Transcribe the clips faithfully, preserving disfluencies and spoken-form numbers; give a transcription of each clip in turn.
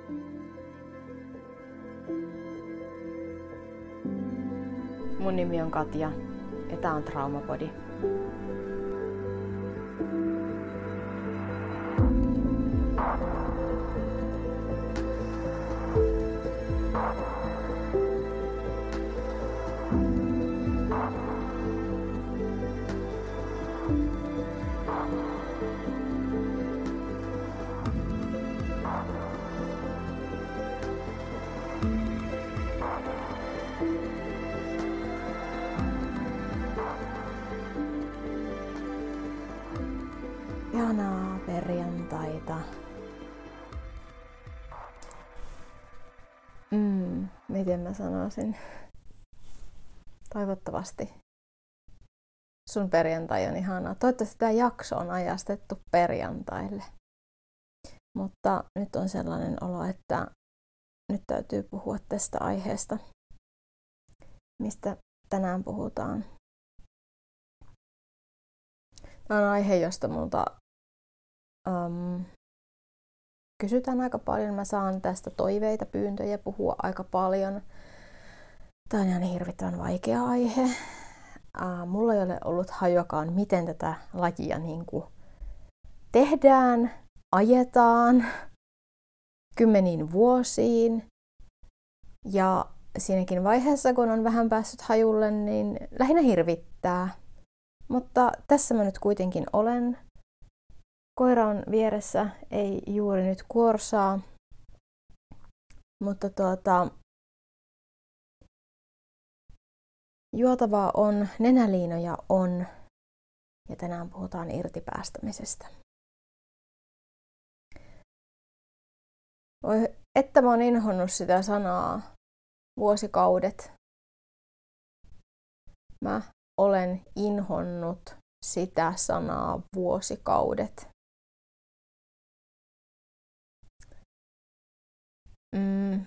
Mun nimi on Katja ja tää on Traumapodi. Ihanaa perjantaita. Mm, miten mä sanoisin? Toivottavasti sun perjantai on ihanaa. Toivottavasti tämä jakso on ajastettu perjantaille. Mutta nyt on sellainen olo, että nyt täytyy puhua tästä aiheesta, mistä tänään puhutaan. Tämä on aihe, josta multa um, kysytään aika paljon. Mä saan tästä toiveita, pyyntöjä puhua aika paljon. Tämä on ihan hirvittävän vaikea aihe. Uh, mulla ei ole ollut hajuakaan, miten tätä lajia niin kuin tehdään, ajetaan kymmeniin vuosiin. Ja siinäkin vaiheessa, kun on vähän päässyt hajulle, niin lähinnä hirvittää. Mutta tässä mä nyt kuitenkin olen. Koira on vieressä, ei juuri nyt kuorsaa. Mutta tuota, juotavaa on, nenäliinoja on. Ja tänään puhutaan irtipäästämisestä. Oi, että mä oon inhonnut sitä sanaa vuosikaudet. Mä olen inhonnut sitä sanaa vuosikaudet. Mm.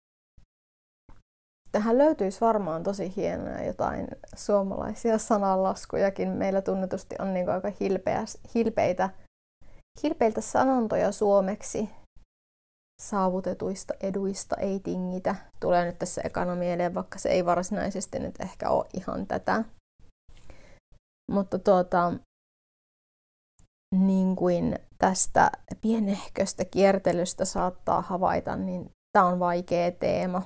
Tähän löytyisi varmaan tosi hienoja jotain suomalaisia sananlaskujakin. Meillä tunnetusti on niin aika hilpeä, hilpeitä, hilpeiltä sanontoja suomeksi. Saavutetuista eduista ei tingitä. Tulee nyt tässä ekana mieleen, vaikka se ei varsinaisesti nyt ehkä ole ihan tätä. Mutta tuota, niin kuin tästä pienehköstä kiertelystä saattaa havaita, niin tämä on vaikea teema.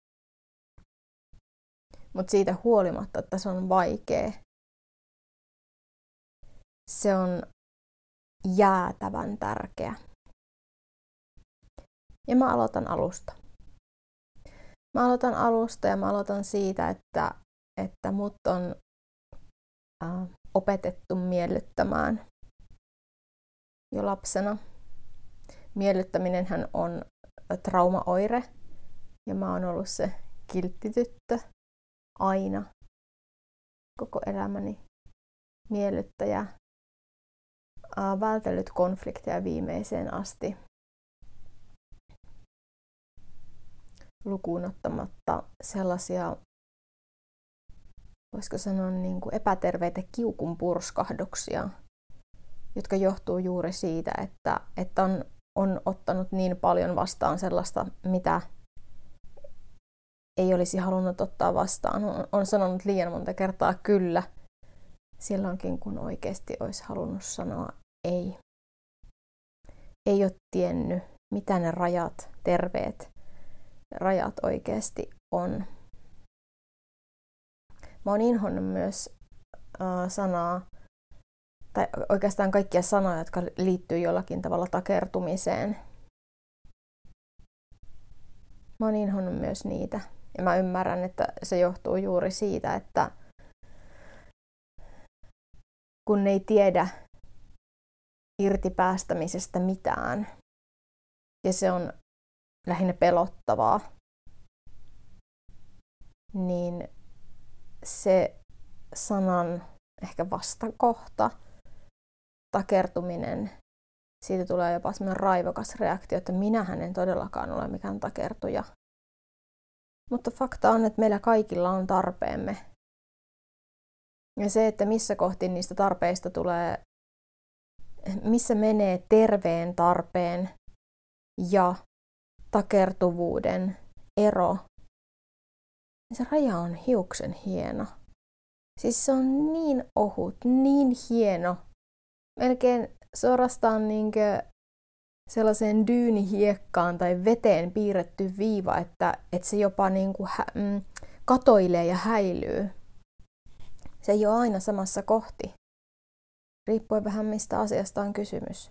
Mutta siitä huolimatta, että se on vaikea, se on jäätävän tärkeä. Ja mä aloitan alusta. Mä aloitan alusta ja mä aloitan siitä, että, että mut on äh, opetettu miellyttämään jo lapsena. Miellyttäminenhän on traumaoire ja mä oon ollut se kilttityttö aina koko elämäni miellyttäjä. Äh, vältellyt konflikteja viimeiseen asti. Lukuun ottamatta sellaisia, voisiko sanoa, niin kuin epäterveitä kiukunpurskahduksia, jotka johtuu juuri siitä, että, että on, on ottanut niin paljon vastaan sellaista, mitä ei olisi halunnut ottaa vastaan. On, on sanonut liian monta kertaa kyllä, silloinkin kun oikeasti olisi halunnut sanoa ei. Ei ole tiennyt, mitä ne rajat, terveet rajat oikeasti on. Mä oon inhonnut myös äh, sanaa, tai oikeastaan kaikkia sanoja, jotka liittyy jollakin tavalla takertumiseen. Mä oon inhonnut myös niitä. Ja mä ymmärrän, että se johtuu juuri siitä, että kun ei tiedä irtipäästämisestä mitään, ja se on lähinnä pelottavaa, niin se sanan ehkä vastakohta, takertuminen, siitä tulee jopa semmoinen raivokas reaktio, että minähän en todellakaan ole mikään takertuja. Mutta fakta on, että meillä kaikilla on tarpeemme. Ja se, että missä kohti niistä tarpeista tulee, missä menee terveen tarpeen ja takertuvuuden ero, niin se raja on hiuksen hieno. Siis se on niin ohut, niin hieno. Melkein suorastaan niinkö sellaiseen dyynihiekkaan tai veteen piirretty viiva, että, että se jopa niinku hä, mm, katoilee ja häilyy. Se ei ole aina samassa kohti. Riippuen vähän mistä asiasta on kysymys.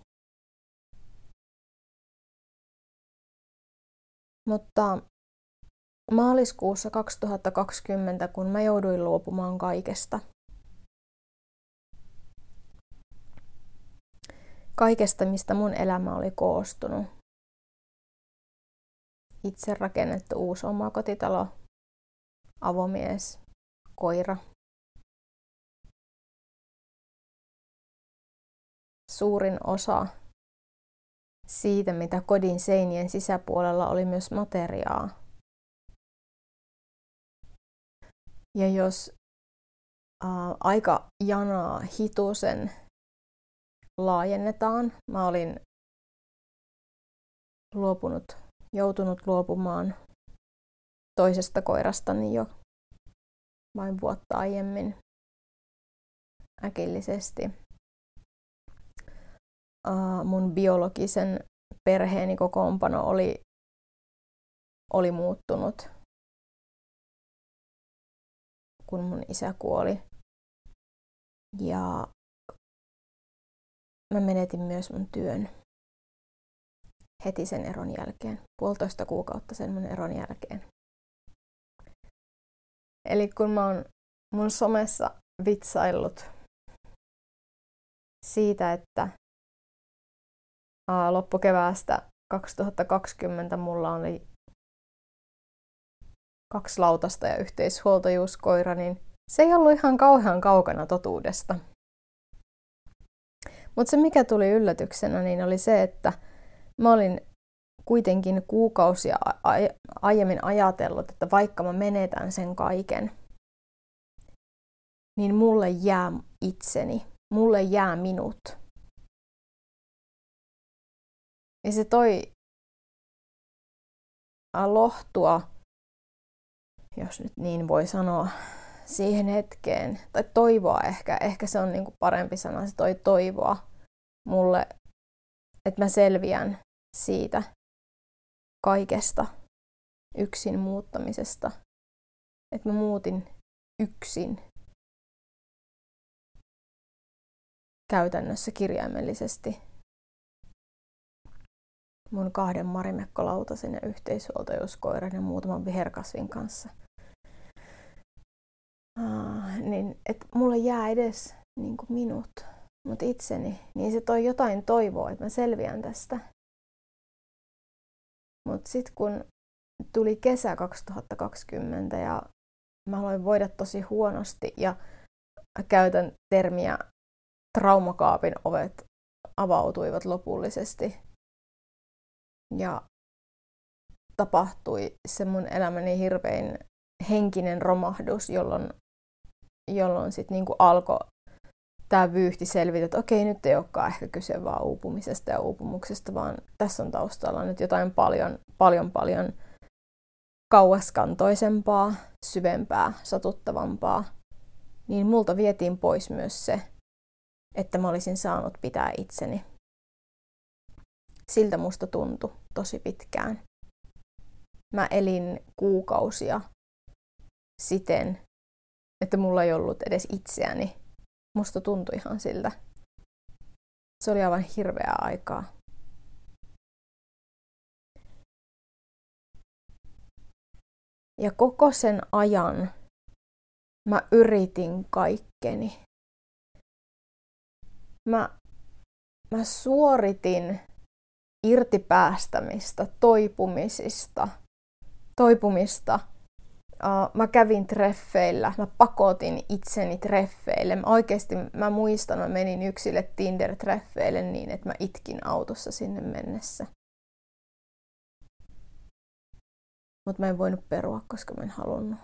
Mutta maaliskuussa kaksituhattakaksikymmentä, kun mä jouduin luopumaan kaikesta, kaikesta, mistä mun elämä oli koostunut. Itse rakennettu uusi omakotitalo, avomies, koira. Suurin osa siitä, mitä kodin seinien sisäpuolella oli myös materiaa. Ja jos ää, aika janaa hitusen laajennetaan, mä olin luopunut, joutunut luopumaan toisesta koirastani jo vain vuotta aiemmin äkillisesti. Uh, mun biologisen perheeni kokoonpano oli, oli muuttunut, kun mun isä kuoli. Ja mä menetin myös mun työn heti sen eron jälkeen, puolitoista kuukautta sen mun eron jälkeen. Eli kun mä oon mun somessa vitsaillut siitä, että loppukeväästä kaksituhattakaksikymmentä mulla oli kaksi lautasta ja yhteishuoltajuuskoira, niin se ei ollut ihan kauhean kaukana totuudesta. Mutta se mikä tuli yllätyksenä, niin oli se, että mä olin kuitenkin kuukausia aiemmin ajatellut, että vaikka mä menetän sen kaiken, niin mulle jää itseni, mulle jää minut. Ja se toi lohtua, jos nyt niin voi sanoa, siihen hetkeen, tai toivoa ehkä, ehkä se on niinku parempi sana, se toi toivoa mulle, että mä selviän siitä kaikesta yksin muuttamisesta, että mä muutin yksin käytännössä kirjaimellisesti mun kahden marimekko-lautasen ja yhteishuoltajuuskoiran ja muutaman viherkasvin kanssa. Ah, niin, että mulle jää edes niin kuin minut, mut itseni, niin se toi jotain toivoa, että mä selviän tästä. Mut sit kun tuli kesä kaksituhattakaksikymmentä ja mä aloin voida tosi huonosti ja käytän termiä traumakaapin ovet avautuivat lopullisesti. Ja tapahtui se mun elämäni hirvein henkinen romahdus, jolloin, jolloin sitten niinku alkoi tämä vyyhti selvitä, että okei, nyt ei olekaan ehkä kyse vaan uupumisesta ja uupumuksesta, vaan tässä on taustalla nyt jotain paljon, paljon, paljon kauaskantoisempaa, syvempää, satuttavampaa. Niin multa vietiin pois myös se, että mä olisin saanut pitää itseni. Siltä musta tuntui tosi pitkään. Mä elin kuukausia siten, että mulla ei ollut edes itseäni. Musta tuntui ihan siltä. Se oli aivan hirveää aikaa. Ja koko sen ajan mä yritin kaikkeni. Mä, mä suoritin irtipäästämistä, toipumisista, toipumista. Uh, mä kävin treffeillä, mä pakotin itseni treffeille. Mä oikeesti mä muistan, mä menin yksille Tinder-treffeille niin, että mä itkin autossa sinne mennessä. Mutta mä en voinut perua, koska mä en halunnut.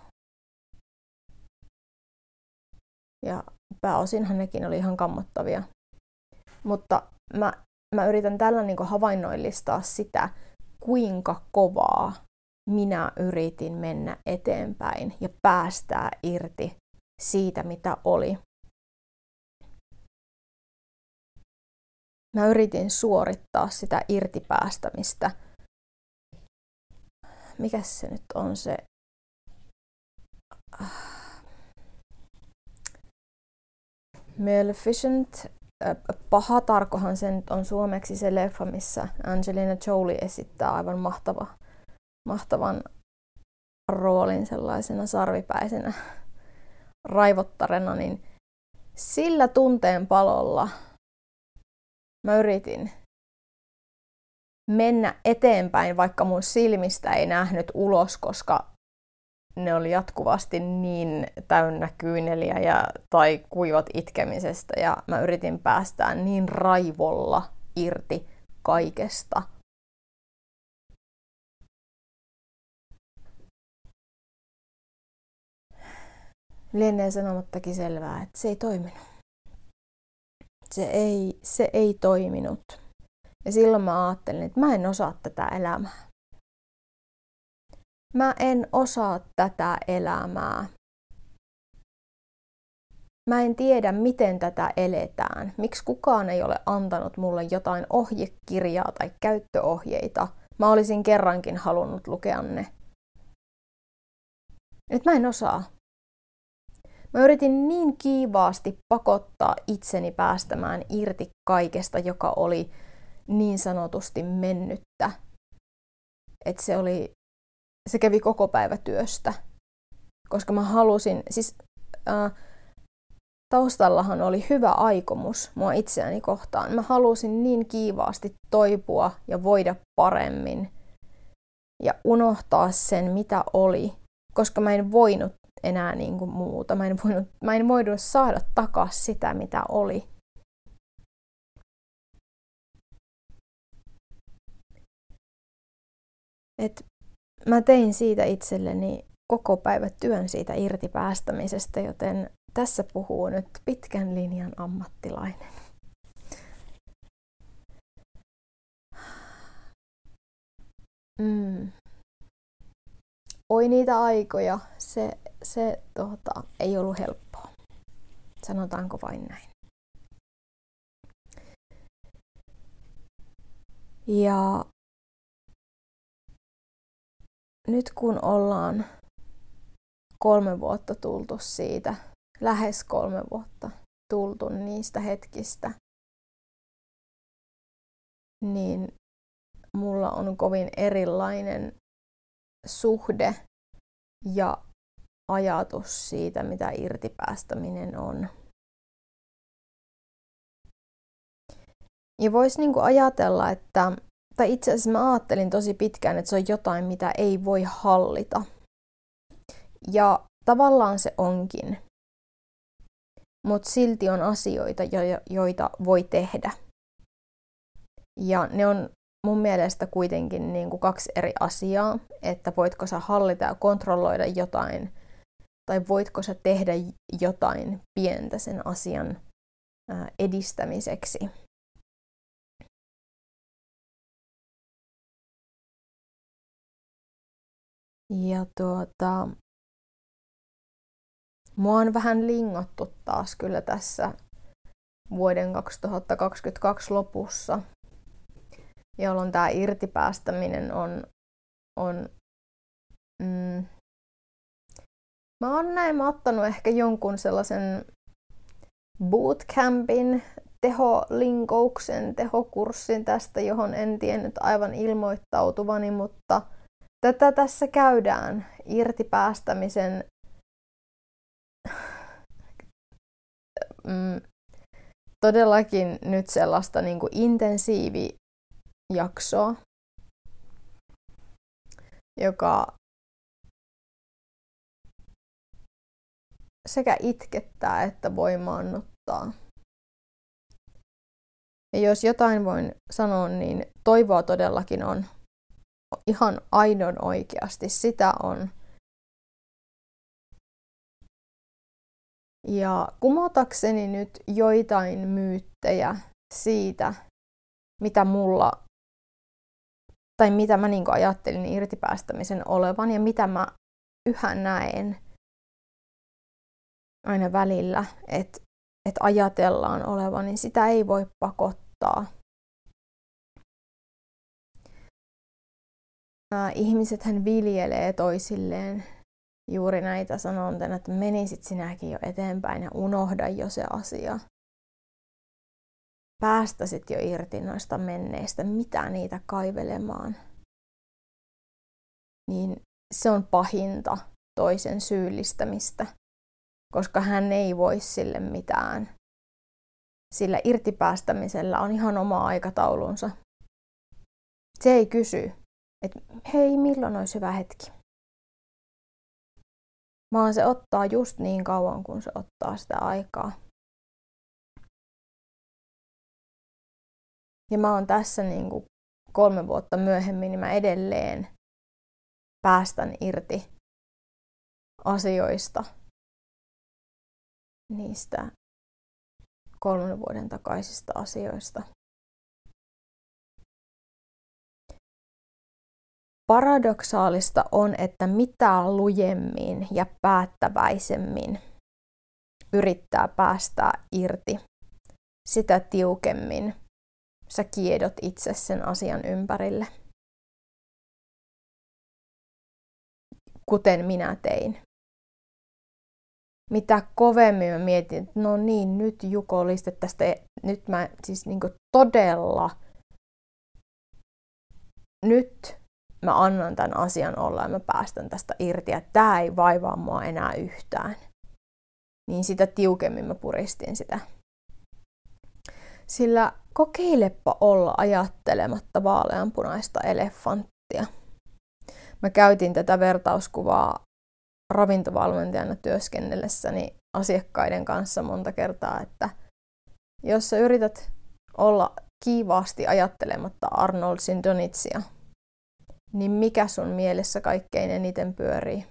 Ja pääosinhan nekin oli ihan kammottavia. Mutta mä, mä yritän tällä niinku havainnoillistaa sitä, kuinka kovaa minä yritin mennä eteenpäin ja päästää irti siitä, mitä oli. Mä yritin suorittaa sitä irtipäästämistä. Mikäs se nyt on se? Maleficent. Pahatarkohan se nyt on suomeksi se leffa, missä Angelina Jolie esittää aivan mahtava, mahtavan roolin sellaisena sarvipäisenä raivottarena, niin sillä tunteen palolla mä yritin mennä eteenpäin, vaikka mun silmistä ei nähnyt ulos, koska ne oli jatkuvasti niin täynnä kyyneliä ja, tai kuivat itkemisestä. Ja mä yritin päästää niin raivolla irti kaikesta. Lienee sanomattakin selvää, että se ei toiminut. Se ei, se ei toiminut. Ja silloin mä ajattelin, että mä en osaa tätä elämää. Mä en osaa tätä elämää. Mä en tiedä, miten tätä eletään. Miksi kukaan ei ole antanut mulle jotain ohjekirjaa tai käyttöohjeita. Mä olisin kerrankin halunnut lukea ne. Nyt mä en osaa. Mä yritin niin kiivaasti pakottaa itseni päästämään irti kaikesta, joka oli niin sanotusti mennyttä. Että se oli, se kävi koko päivä työstä. Koska mä halusin, siis äh, taustallahan oli hyvä aikomus mua itseäni kohtaan. Mä halusin niin kiivaasti toipua ja voida paremmin ja unohtaa sen, mitä oli. Koska mä en voinut enää niin kuin muuta. Mä en voinut, mä en voinut saada takaisin sitä, mitä oli. Et mä tein siitä itselleni koko päivä työn siitä irti päästämisestä, joten tässä puhuu nyt pitkän linjan ammattilainen. Mm. Oi niitä aikoja, se, se tota, ei ollut helppoa. Sanotaanko vain näin. Ja nyt kun ollaan kolme vuotta tultu siitä, lähes kolme vuotta tultu niistä hetkistä, niin mulla on kovin erilainen suhde ja ajatus siitä, mitä irtipäästäminen on. Ja voisi niinku ajatella, että, tai itse asiassa mä ajattelin tosi pitkään, että se on jotain, mitä ei voi hallita. Ja tavallaan se onkin. Mutta silti on asioita, joita voi tehdä. Ja ne on mun mielestä kuitenkin niin kuin kaksi eri asiaa, että voitko sä hallita ja kontrolloida jotain, tai voitko sä tehdä jotain pientä sen asian edistämiseksi. Ja tuota, mua on vähän lingottu taas kyllä tässä vuoden kaksituhattakaksikymmentäkaksi lopussa, jolloin tämä irtipäästäminen on, on mm, mä oon näin mä ottanut ehkä jonkun sellaisen bootcampin, teholinkouksen, tehokurssin tästä, johon en tiennyt aivan ilmoittautuvani, mutta tätä tässä käydään irtipäästämisen mm, todellakin nyt sellaista niin kuin intensiivijaksoa, joka sekä itkettää että voimaannuttaa. Ja jos jotain voin sanoa, niin toivoa todellakin on. Ihan aidon oikeasti sitä on. Ja kumotakseni nyt joitain myyttejä siitä, mitä mulla tai mitä mä niin kuin ajattelin irtipäästämisen olevan ja mitä mä yhä näen aina välillä, että, että ajatellaan olevan, niin sitä ei voi pakottaa. Ihmisethän viljelee toisilleen juuri näitä sanontoja, että menisit sinäkin jo eteenpäin ja unohda jo se asia. Päästäsit jo irti noista menneistä, mitä niitä kaivelemaan. Niin se on pahinta toisen syyllistämistä, koska hän ei voi sille mitään. Sillä irtipäästämisellä on ihan oma aikataulunsa. Se ei kysy, että hei, milloin olisi hyvä hetki. Vaan se ottaa just niin kauan, kun se ottaa sitä aikaa. Ja mä oon tässä niin kuin kolme vuotta myöhemmin, niin mä edelleen päästän irti asioista, niistä kolmen vuoden takaisista asioista. Paradoksaalista on, että mitä lujemmin ja päättäväisemmin yrittää päästää irti, sitä tiukemmin sä kiedot itse sen asian ympärille. Kuten minä tein. Mitä kovemmin mä mietin, että no niin, nyt jukoliste tästä, nyt mä siis niinku todella, nyt mä annan tämän asian olla ja mä päästän tästä irti ja tää ei vaivaa mua enää yhtään. Niin sitä tiukemmin mä puristin sitä. Sillä kokeilepa olla ajattelematta vaaleanpunaista elefanttia. Mä käytin tätä vertauskuvaa ravintovalmentajana työskennellessäni asiakkaiden kanssa monta kertaa, että jos sä yrität olla kiivaasti ajattelematta Arnold Sindonitsia, niin mikä sun mielessä kaikkein eniten pyörii?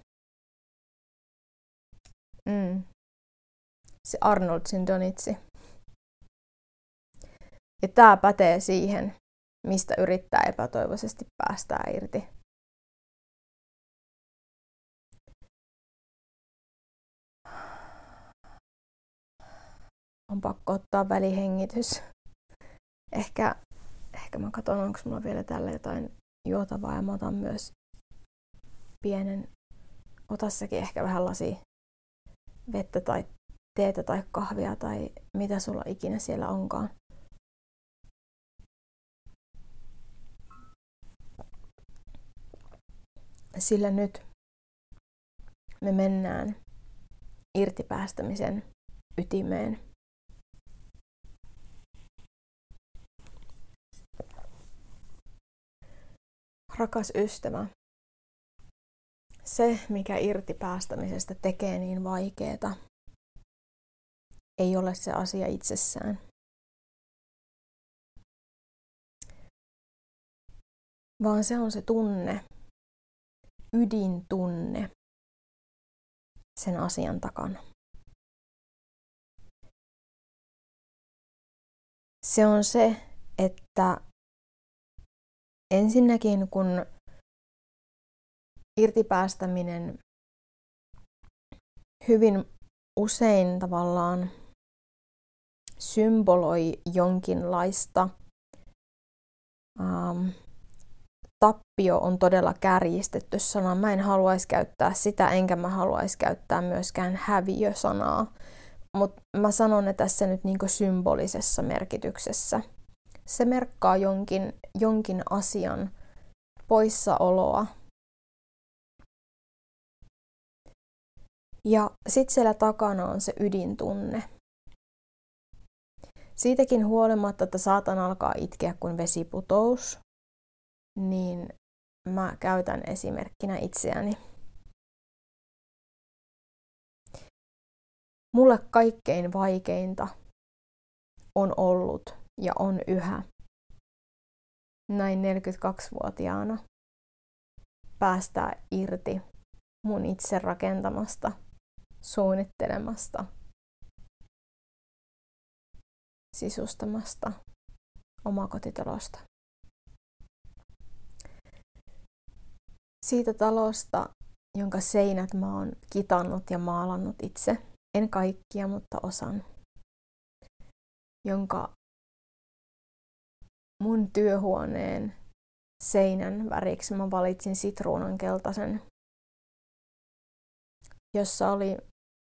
Mm. Se Arnold Sindonitsi. Ja tää pätee siihen, mistä yrittää epätoivoisesti päästää irti. On pakko ottaa välihengitys. Ehkä, ehkä mä katson, onko mulla vielä täällä jotain juotavaa ja mä otan myös pienen, ota sekin ehkä vähän lasi vettä tai teetä tai kahvia tai mitä sulla ikinä siellä onkaan. Sillä nyt me mennään irtipäästämisen ytimeen. Rakas ystävä, se mikä irtipäästämisestä tekee niin vaikeeta, ei ole se asia itsessään. Vaan se on se tunne, ydintunne sen asian takana. Se on se, että ensinnäkin kun irtipäästäminen hyvin usein tavallaan symboloi jonkinlaista ähm, tappio on todella kärjistetty sana. Mä en haluaisi käyttää sitä, enkä mä haluaisi käyttää myöskään häviö-sanaa. Mutta mä sanon ne tässä nyt niinku symbolisessa merkityksessä. Se merkkaa jonkin, jonkin asian poissaoloa. Ja sitten siellä takana on se ydintunne. Siitäkin huolimatta, että saatan alkaa itkeä kuin vesiputous, niin mä käytän esimerkkinä itseäni. Mulle kaikkein vaikeinta on ollut ja on yhä näin neljäkymmentäkaksivuotiaana päästää irti mun itse rakentamasta, suunnittelemasta, sisustamasta omakotitalosta. siitä talosta, jonka seinät mä oon kitannut ja maalannut itse. En kaikkia, mutta osan. Jonka mun työhuoneen seinän väriksi mä valitsin sitruunankeltaisen, jossa oli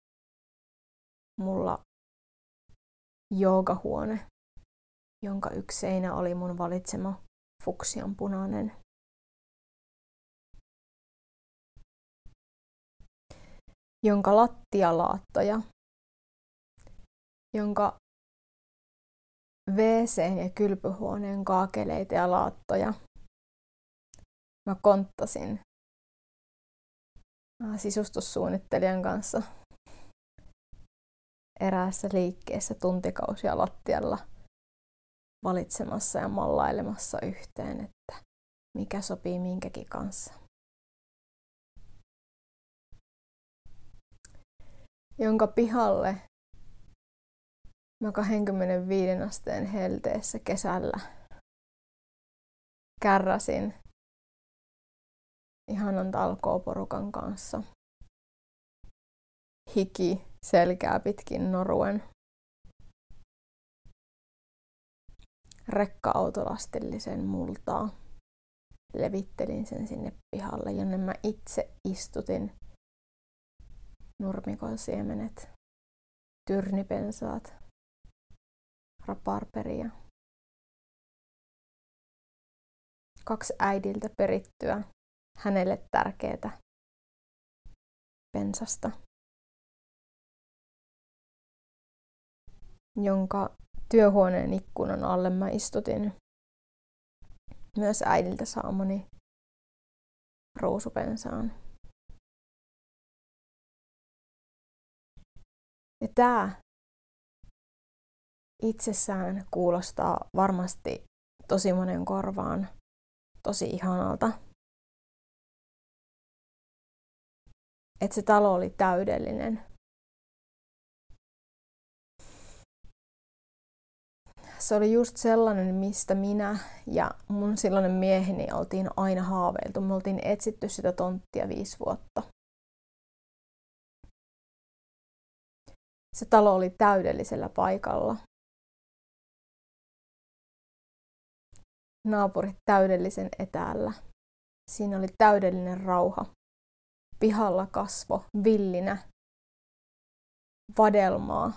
mulla joogahuone, jonka yksi seinä oli mun valitsema fuksianpunainen. Jonka lattialaattoja, jonka wc ja kylpyhuoneen kaakeleita ja laattoja mä konttasin sisustussuunnittelijan kanssa eräässä liikkeessä tuntikausia lattialla valitsemassa ja mallailemassa yhteen, että mikä sopii minkäkin kanssa. Jonka pihalle mä kaksikymmentäviisi asteen helteessä kesällä kärräsin ihanan talkooporukan kanssa. Hiki selkää pitkin noruen. Rekka-autolastillisen multaa. Levittelin sen sinne pihalle, jonne mä itse istutin nurmikon siemenet, tyrnipensaat, raparperia. Kaksi äidiltä perittyä, hänelle tärkeää pensasta, jonka työhuoneen ikkunan alle mä istutin myös äidiltä saamani ruusupensaan. Ja tää itsessään kuulostaa varmasti tosi monen korvaan tosi ihanalta. Että se talo oli täydellinen. Se oli just sellainen, mistä minä ja mun silloinen mieheni oltiin aina haaveiltu. Me oltiin etsitty sitä tonttia viisi vuotta. Se talo oli täydellisellä paikalla. Naapurit täydellisen etäällä. Siinä oli täydellinen rauha. Pihalla kasvo villinä vadelmaa,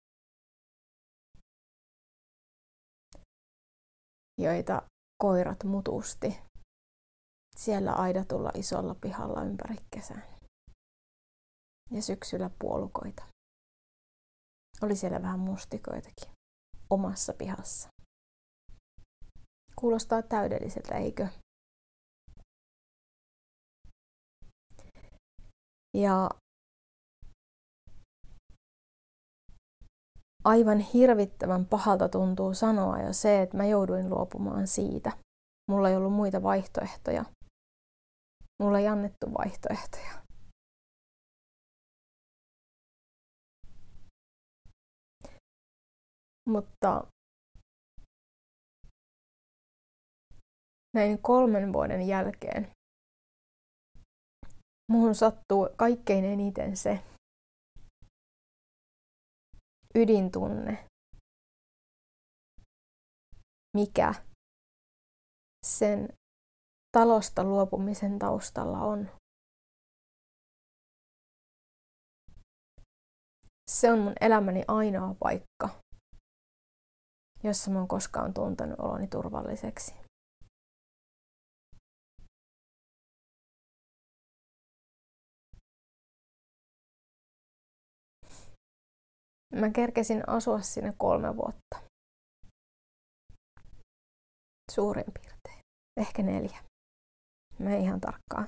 joita koirat mutusti siellä aidatulla isolla pihalla ympäri kesän. Ja syksyllä puolukoita. Oli siellä vähän mustikoitakin omassa pihassa. Kuulostaa täydelliseltä, eikö? Ja aivan hirvittävän pahalta tuntuu sanoa jo se, että mä jouduin luopumaan siitä. Mulla ei ollut muita vaihtoehtoja. Mulla ei annettu vaihtoehtoja. Mutta näin kolmen vuoden jälkeen muhun sattuu kaikkein eniten se ydintunne, mikä sen talosta luopumisen taustalla on. Se on mun elämäni ainoa paikka, jossa mä oon koskaan tuntenut oloni turvalliseksi. Mä kerkesin asua siinä kolme vuotta. Suurin piirtein. Ehkä neljä. Mä en ihan tarkkaan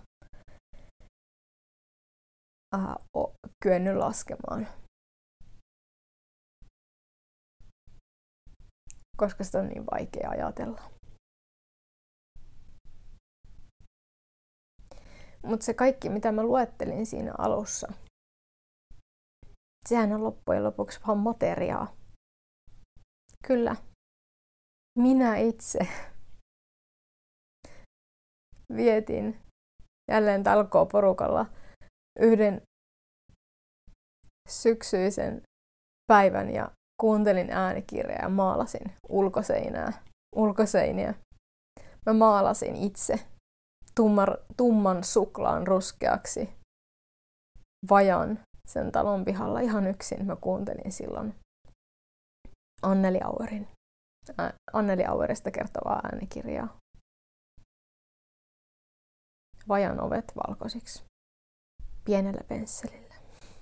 äh, o, kyennyt laskemaan. Koska sitä on niin vaikea ajatella. Mutta se kaikki, mitä mä luettelin siinä alussa, sehän on loppujen lopuksi vaan materiaa. Kyllä, minä itse vietin jälleen talkoo porukalla yhden syksyisen päivän ja kuuntelin äänikirjaa ja maalasin ulkoseinää, ulkoseiniä. Mä maalasin itse tummar, tumman suklaan ruskeaksi vajan sen talon pihalla ihan yksin. Mä kuuntelin silloin Anneli Auerin, ää, Anneli Auerista kertovaa äänikirjaa. Vajan ovet valkoisiksi pienellä pensselillä.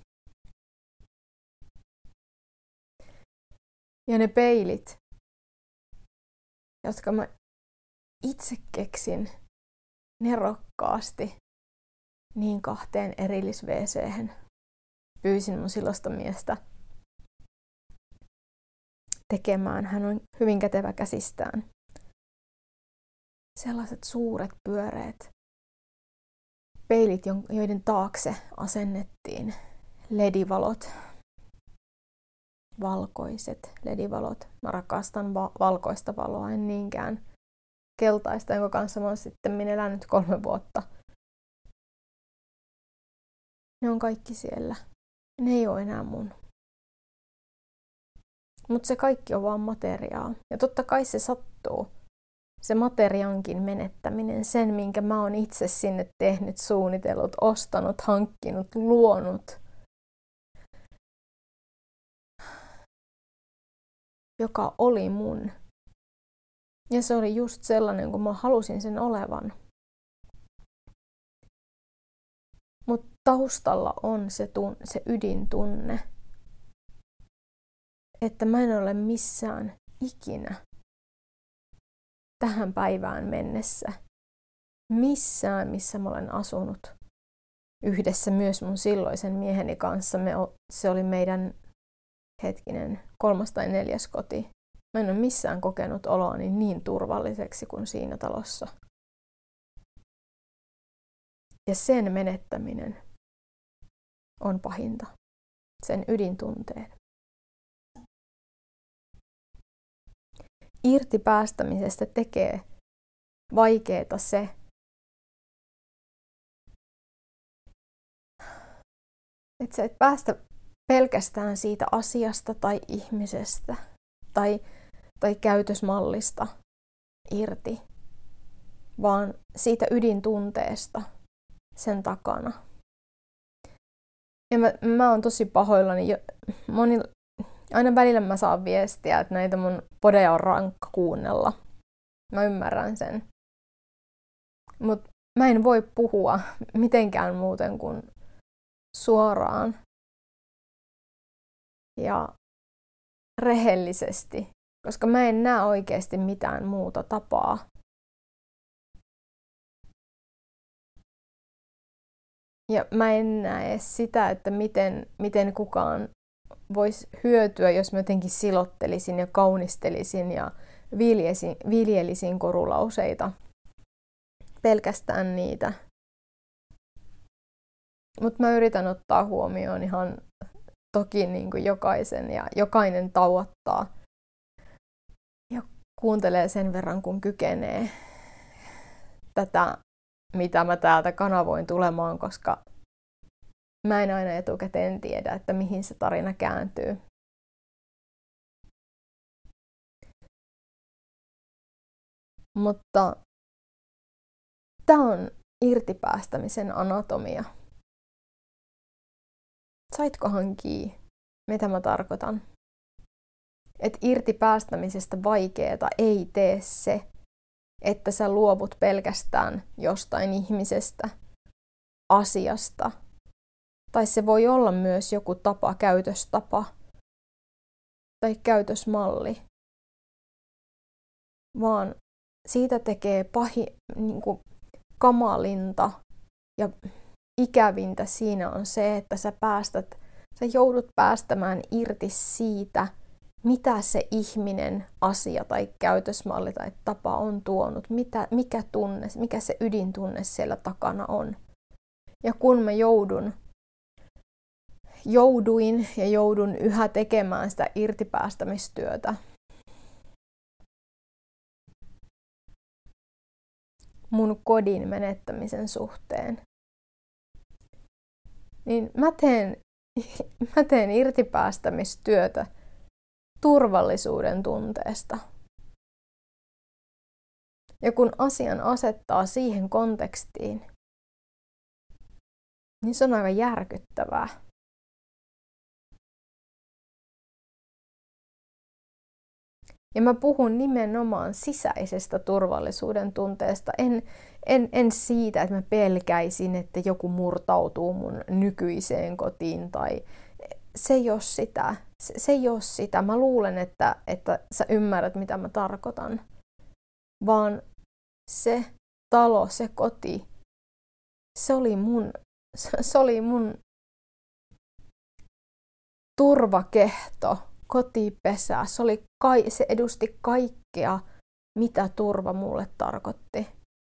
Ja ne peilit, jotka mä itse keksin nerokkaasti niin kahteen erillis-wc:hen. Pyysin mun silloista miestä tekemään. Hän on hyvin kätevä käsistään. Sellaiset suuret pyöreät peilit, joiden taakse asennettiin ledivalot. Valkoiset ledivalot. Mä rakastan va- valkoista valoa, en niinkään keltaista, jonka kanssa mä oon sitten minä elänyt kolme vuotta. Ne on kaikki siellä. Ne ei ole enää mun. Mutta se kaikki on vaan materiaa. Ja totta kai se sattuu. Se materiankin menettäminen, sen minkä mä oon itse sinne tehnyt, suunnitellut, ostanut, hankkinut, luonut. Joka oli mun. Ja se oli just sellainen, kun mä halusin sen olevan. Mutta taustalla on se, tun- se ydintunne, että mä en ole missään ikinä tähän päivään mennessä, missään missä mä olen asunut yhdessä myös mun silloisen mieheni kanssa. Me, se oli meidän hetkinen kolmas tai neljäs koti. Mä en ole missään kokenut oloani niin turvalliseksi kuin siinä talossa. Ja sen menettäminen on pahinta. Sen ydintunteen. Irti päästämisestä tekee vaikeeta se, että sä et päästä pelkästään siitä asiasta tai ihmisestä tai, tai käytösmallista irti, vaan siitä ydintunteesta sen takana. Ja mä, mä oon tosi pahoillani. Moni, aina välillä mä saan viestiä, että näitä mun podeja on rankka kuunnella. Mä ymmärrän sen. Mut mä en voi puhua mitenkään muuten kuin suoraan ja rehellisesti, koska mä en näe oikeasti mitään muuta tapaa. Ja mä en näe sitä, että miten, miten kukaan voisi hyötyä, jos mä jotenkin silottelisin ja kaunistelisin ja viljelisin, viljelisin korulauseita. Pelkästään niitä. Mutta mä yritän ottaa huomioon ihan toki niin kuin jokaisen ja jokainen tauottaa ja kuuntelee sen verran, kun kykenee tätä, mitä mä täältä kanavoin tulemaan, koska mä en aina etukäteen tiedä, että mihin se tarina kääntyy. Mutta tämä on irtipäästämisen anatomia. Saitkohan kiinni, mitä mä tarkoitan? Että irtipäästämisestä vaikeeta ei tee se, että sä luovut pelkästään jostain ihmisestä, asiasta. Tai se voi olla myös joku tapa, käytöstapa tai käytösmalli. Vaan siitä tekee pahi, niin kuin kamalinta ja ikävintä siinä on se, että sä päästät, sä joudut päästämään irti siitä, mitä se ihminen, asia tai käytösmalli tai tapa on tuonut, mitä, mikä tunne, mikä se ydintunne siellä takana on. Ja kun mä joudun, jouduin ja joudun yhä tekemään sitä irtipäästämistyötä, mun kodin menettämisen suhteen, niin mä teen, mä teen irtipäästämistyötä turvallisuuden tunteesta. Ja kun asian asettaa siihen kontekstiin, niin se on aika järkyttävää. Ja mä puhun nimenomaan sisäisestä turvallisuuden tunteesta. En, en, en siitä, että mä pelkäisin, että joku murtautuu mun nykyiseen kotiin. Tai se ei ole sitä. Se, se ei ole sitä. Mä luulen, että, että sä ymmärrät, mitä mä tarkoitan. Vaan se talo, se koti, se oli mun, se oli mun turvakehto, kotipesä. Se, oli kai, se edusti kaikkea, mitä turva mulle tarkoitti.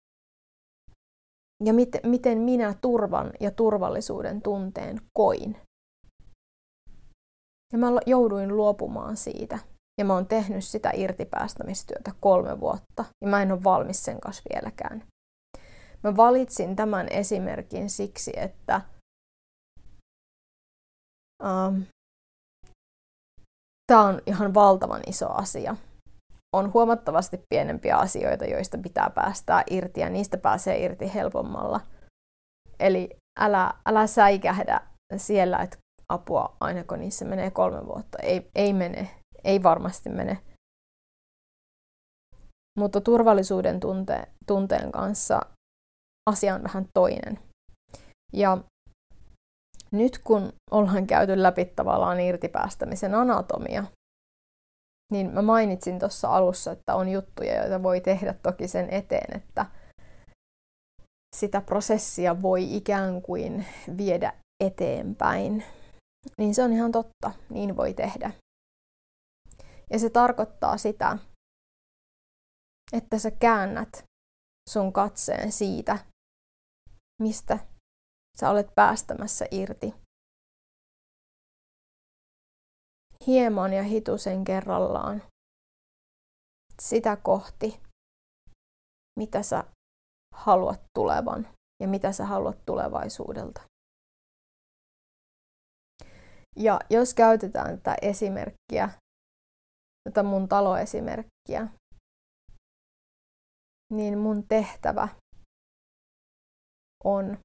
Ja mit, miten minä turvan ja turvallisuuden tunteen koin. Ja mä jouduin luopumaan siitä. Ja mä oon tehnyt sitä irtipäästämistyötä kolme vuotta. Ja mä en ole valmis sen kanssa vieläkään. Mä valitsin tämän esimerkin siksi, että um, tää on ihan valtavan iso asia. On huomattavasti pienempiä asioita, joista pitää päästää irti, ja niistä pääsee irti helpommalla. Eli älä, älä säikähdä siellä, että apua, aina kun niissä menee kolme vuotta. Ei, ei mene. Ei varmasti mene. Mutta turvallisuuden tunte, tunteen kanssa asia on vähän toinen. Ja nyt kun ollaan käyty läpi tavallaan irtipäästämisen anatomia, niin mä mainitsin tuossa alussa, että on juttuja, joita voi tehdä toki sen eteen, että sitä prosessia voi ikään kuin viedä eteenpäin. Niin se on ihan totta, niin voi tehdä. Ja se tarkoittaa sitä, että sä käännät sun katseen siitä, mistä sä olet päästämässä irti. Hieman ja hitusen kerrallaan sitä kohti, mitä sä haluat tulevan ja mitä sä haluat tulevaisuudelta. Ja jos käytetään tätä esimerkkiä, tätä mun taloesimerkkiä, niin mun tehtävä on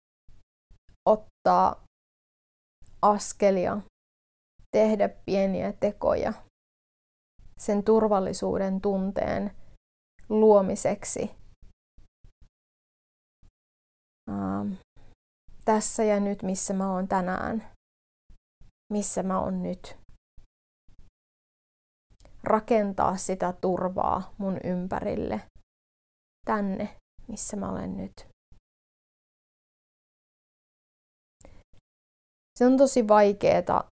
ottaa askelia, tehdä pieniä tekoja sen turvallisuuden tunteen luomiseksi ähm, tässä ja nyt, missä mä oon tänään, missä mä oon nyt. Rakentaa sitä turvaa mun ympärille, tänne, missä mä olen nyt. Se on tosi vaikeeta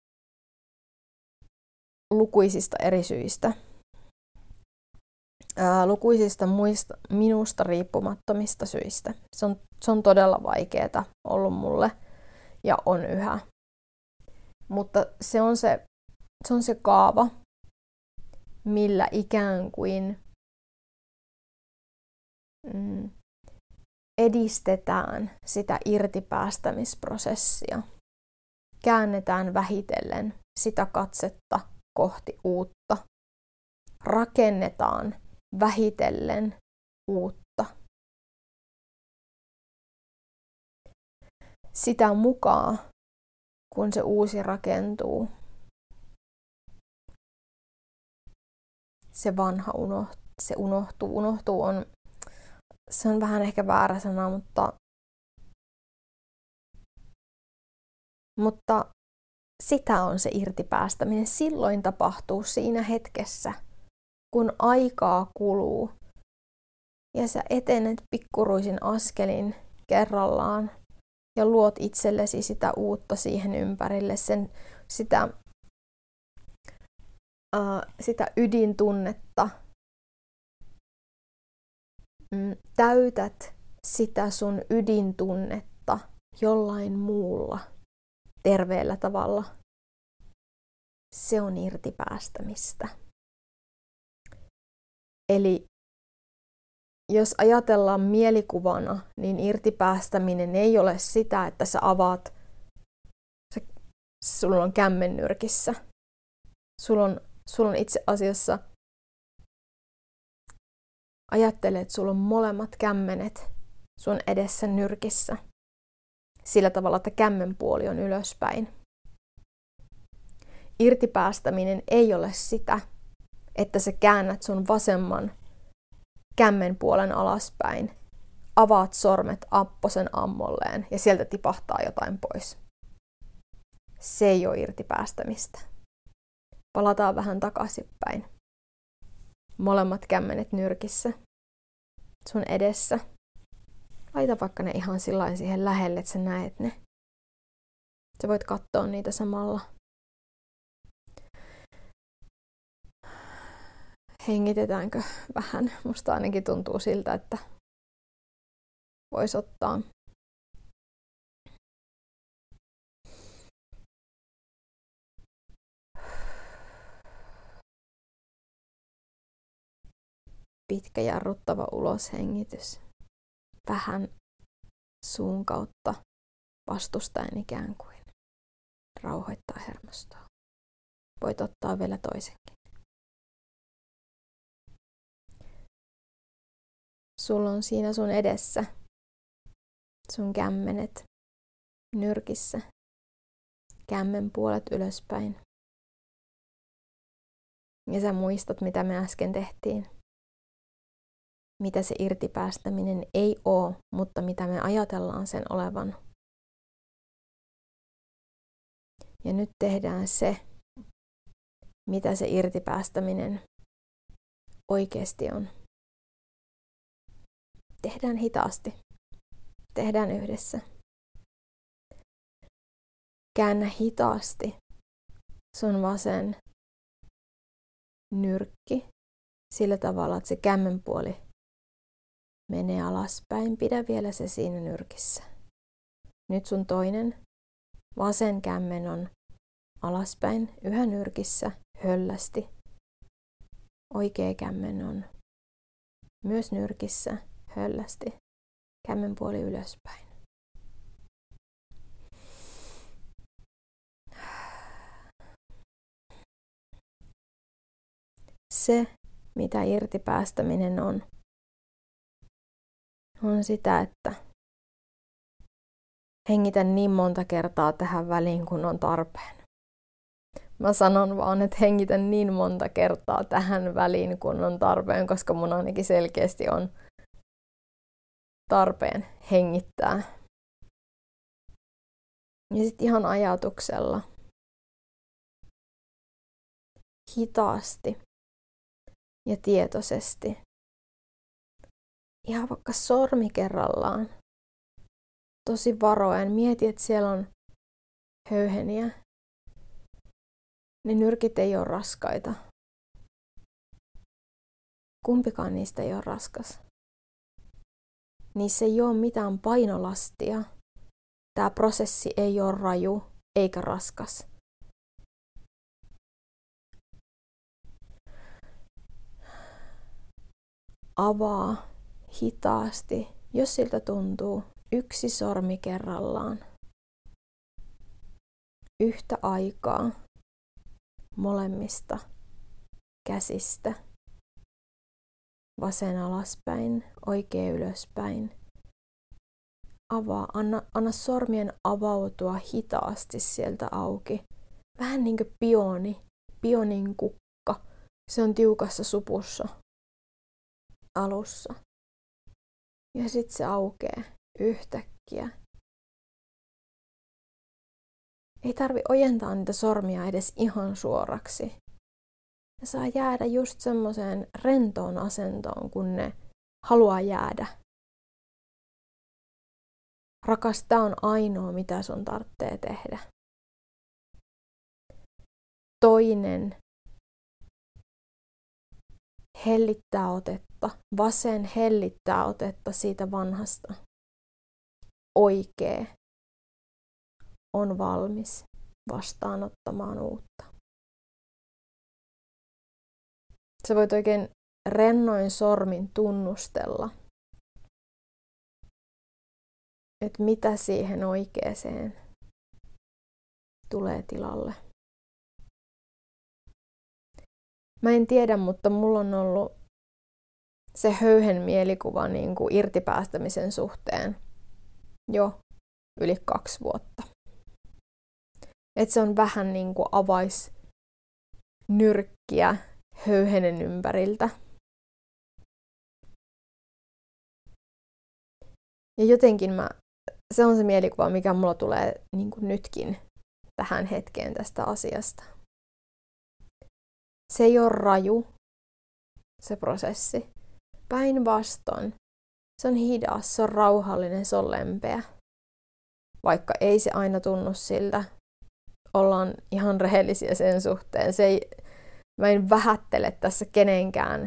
lukuisista eri syistä. Ää, lukuisista muista minusta riippumattomista syistä. Se on, se on todella vaikeeta ollut mulle ja on yhä. Mutta se on se, se on se kaava, millä ikään kuin mm, edistetään sitä irtipäästämisprosessia. Käännetään vähitellen sitä katsetta kohti uutta. Rakennetaan vähitellen uutta. Sitä mukaan, kun se uusi rakentuu, se vanha unohtuu. Se unohtuu. Unohtuu on, se on vähän ehkä väärä sana, mutta, mutta sitä on se irtipäästäminen. Silloin tapahtuu siinä hetkessä, kun aikaa kuluu ja sä etenet pikkuruisin askelin kerrallaan ja luot itsellesi sitä uutta siihen ympärille, sen, sitä, uh, sitä ydintunnetta. Mm, täytät sitä sun ydintunnetta jollain muulla terveellä tavalla. Se on irtipäästämistä. Eli jos ajatellaan mielikuvana, niin irtipäästäminen ei ole sitä, että sä avaat, sä, sulla on kämmen nyrkissä. Sulla on, sulla on itse asiassa, ajattele, että sulla on molemmat kämmenet sun edessä nyrkissä. Sillä tavalla, että kämmen puoli on ylöspäin. Irtipäästäminen ei ole sitä, että sä käännät sun vasemman kämmen puolen alaspäin, avaat sormet apposen ammolleen ja sieltä tipahtaa jotain pois. Se ei ole irtipäästämistä. Palataan vähän takaisinpäin. Molemmat kämmenet nyrkissä, sun edessä. Laita vaikka ne ihan sillain siihen lähelle, että sä näet ne. Sä voit katsoa niitä samalla. Hengitetäänkö vähän? Musta ainakin tuntuu siltä, että vois ottaa. Pitkä jarruttava uloshengitys. Vähän suun kautta vastustaen ikään kuin. Rauhoittaa hermostoa. Voit ottaa vielä toisenkin. Sulla on siinä sun edessä sun kämmenet nyrkissä. Kämmen puolet ylöspäin. Ja sä muistat, mitä me äsken tehtiin. Mitä se irtipäästäminen ei oo, mutta mitä me ajatellaan sen olevan. Ja nyt tehdään se, mitä se irtipäästäminen oikeasti on. Tehdään hitaasti. Tehdään yhdessä. Käännä hitaasti sun vasen nyrkki sillä tavalla, että se kämmenpuoli menee alaspäin. Pidä vielä se siinä nyrkissä. Nyt sun toinen vasen kämmen on alaspäin yhä nyrkissä höllästi. Oikea kämmen on myös nyrkissä höllästi. Kämmenpuoli ylöspäin. Se, mitä irtipäästäminen on, on sitä, että hengitä niin monta kertaa tähän väliin, kun on tarpeen. Mä sanon vaan, että hengitä niin monta kertaa tähän väliin, kun on tarpeen, koska mun ainakin selkeästi on tarpeen hengittää. Ja sitten ihan ajatuksella, hitaasti ja tietoisesti, ihan vaikka sormi kerrallaan, tosi varoen, mieti, että siellä on höyheniä. Ne nyrkit ei ole raskaita. Kumpikaan niistä ei ole raskas. Niissä ei ole mitään painolastia. Tämä prosessi ei ole raju eikä raskas. Avaa hitaasti, jos siltä tuntuu, yksi sormi kerrallaan. Yhtä aikaa molemmista käsistä. Vasen alaspäin, oikea ylöspäin. Avaa, anna, anna sormien avautua hitaasti sieltä auki. Vähän niin kuin pioni, pionin kukka. Se on tiukassa supussa alussa. Ja sitten se aukeaa yhtäkkiä. Ei tarvi ojentaa niitä sormia edes ihan suoraksi. Ne saa jäädä just semmoiseen rentoon asentoon, kun ne haluaa jäädä. Rakas, tää on ainoa, mitä sun tarvitsee tehdä. Toinen hellittää otetta. Vasen hellittää otetta siitä vanhasta. Oikea on valmis vastaanottamaan uutta. Sä voit oikein rennoin sormin tunnustella, että mitä siihen oikeeseen tulee tilalle. Mä en tiedä, mutta mulla on ollut se höyhen mielikuva niin kuin irtipäästämisen suhteen jo yli kaksi vuotta. Että se on vähän niin kuin avais nyrkkiä höyhenen ympäriltä. Ja jotenkin mä, se on se mielikuva, mikä mulla tulee niin kuin nytkin tähän hetkeen tästä asiasta. Se ei ole raju, se prosessi. Päinvastoin. Se on hidas, se on rauhallinen, se on lempeä. Vaikka ei se aina tunnu siltä. Ollaan ihan rehellisiä sen suhteen. Se ei, mä en vähättele tässä kenenkään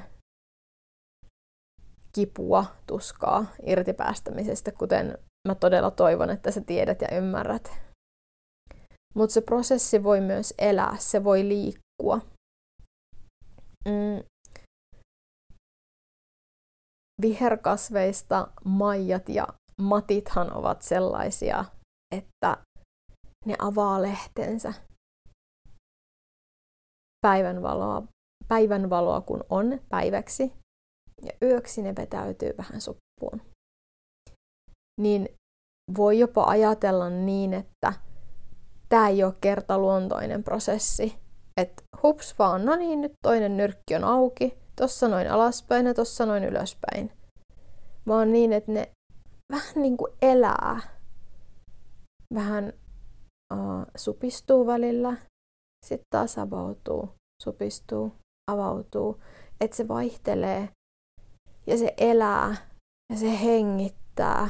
kipua, tuskaa irtipäästämisestä, kuten mä todella toivon, että sä tiedät ja ymmärrät. Mutta se prosessi voi myös elää, se voi liikkua. Mm. Viherkasveista maijat ja matithan ovat sellaisia, että ne avaa lehtensä päivänvaloa, päivänvaloa kun on päiväksi ja yöksi ne vetäytyy vähän suppuun. Niin voi jopa ajatella niin, että tämä ei ole kertaluontoinen prosessi. Että hups vaan, no niin, nyt toinen nyrkki on auki, tossa noin alaspäin ja tossa noin ylöspäin. Vaan niin, että ne vähän niin kuin elää. Vähän uh, supistuu välillä, sitten taas avautuu, supistuu, avautuu. Että se vaihtelee ja se elää ja se hengittää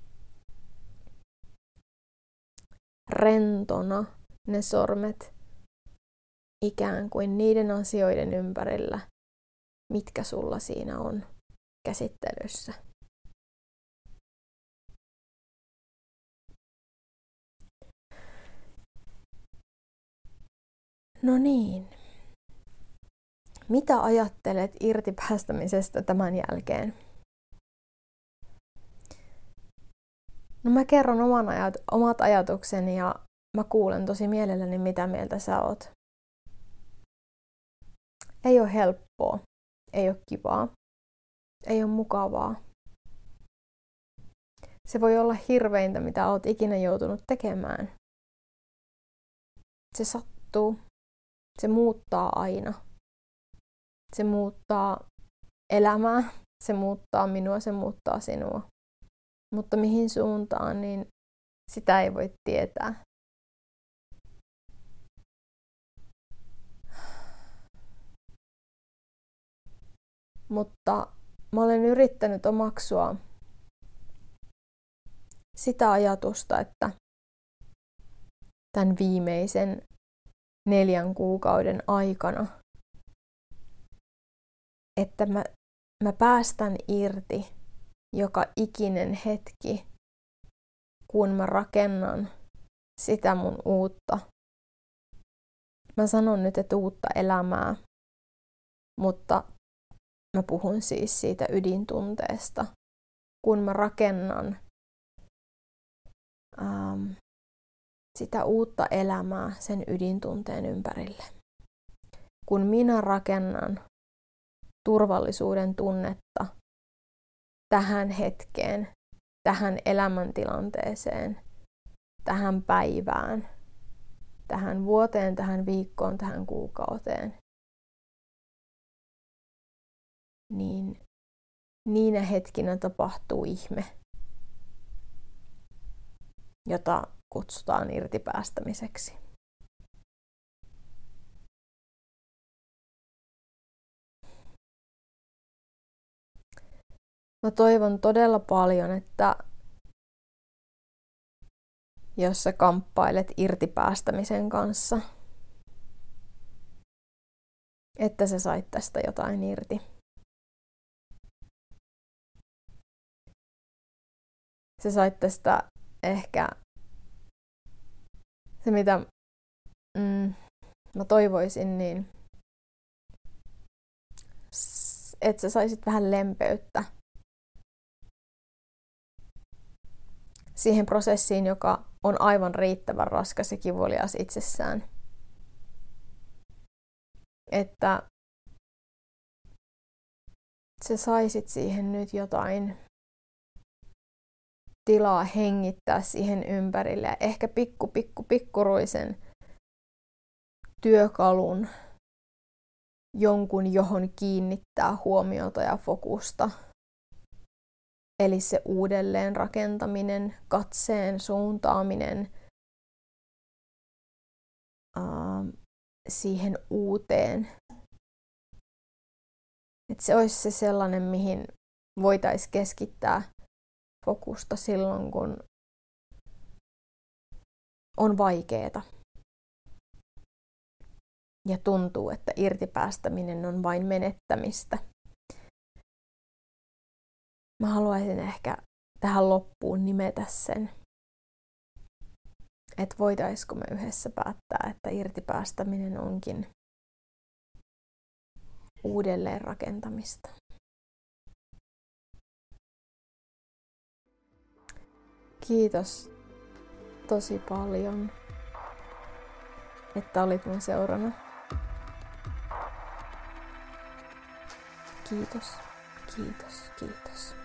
rentona ne sormet ikään kuin niiden asioiden ympärillä, mitkä sulla siinä on käsittelyssä. No niin. Mitä ajattelet irtipäästämisestä tämän jälkeen? No mä kerron oman ajat- omat ajatukseni ja mä kuulen tosi mielelläni, mitä mieltä sä oot. Ei ole helppoa, ei ole kivaa, ei ole mukavaa. Se voi olla hirveintä, mitä oot ikinä joutunut tekemään. Se sattuu, se muuttaa aina. Se muuttaa elämää, se muuttaa minua, se muuttaa sinua. Mutta mihin suuntaan, niin sitä ei voi tietää. Mutta mä olen yrittänyt omaksua sitä ajatusta, että tämän viimeisen neljän kuukauden aikana, että mä, mä päästän irti joka ikinen hetki, kun mä rakennan sitä mun uutta. Mä sanon nyt, että uutta elämää, mutta mä puhun siis siitä ydintunteesta, kun mä rakennan ähm, sitä uutta elämää sen ydintunteen ympärille. Kun minä rakennan turvallisuuden tunnetta tähän hetkeen, tähän elämäntilanteeseen, tähän päivään, tähän vuoteen, tähän viikkoon, tähän kuukauteen, niin niinä hetkinä tapahtuu ihme, jota kutsutaan irtipäästämiseksi. Mä toivon todella paljon, että jos sä kamppailet irtipäästämisen kanssa, että sä sait tästä jotain irti. Sä sait tästä ehkä se, mitä mm, mä toivoisin, niin että sä saisit vähän lempeyttä siihen prosessiin, joka on aivan riittävän raskas ja kivulias itsessään. Että sä saisit siihen nyt jotain tilaa hengittää siihen ympärille ja ehkä pikku, pikku, pikkuruisen työkalun, jonkun johon kiinnittää huomiota ja fokusta. Eli se uudelleen rakentaminen, katseen suuntaaminen uh, siihen uuteen. Että se olisi se sellainen, mihin voitaisiin keskittää fokusta silloin, kun on vaikeeta. Ja tuntuu, että irtipäästäminen on vain menettämistä. Mä haluaisin ehkä tähän loppuun nimetä sen, että voitaisiko me yhdessä päättää, että irtipäästäminen onkin uudelleen rakentamista. Kiitos tosi paljon, että olit mun seurana. Kiitos, kiitos, kiitos.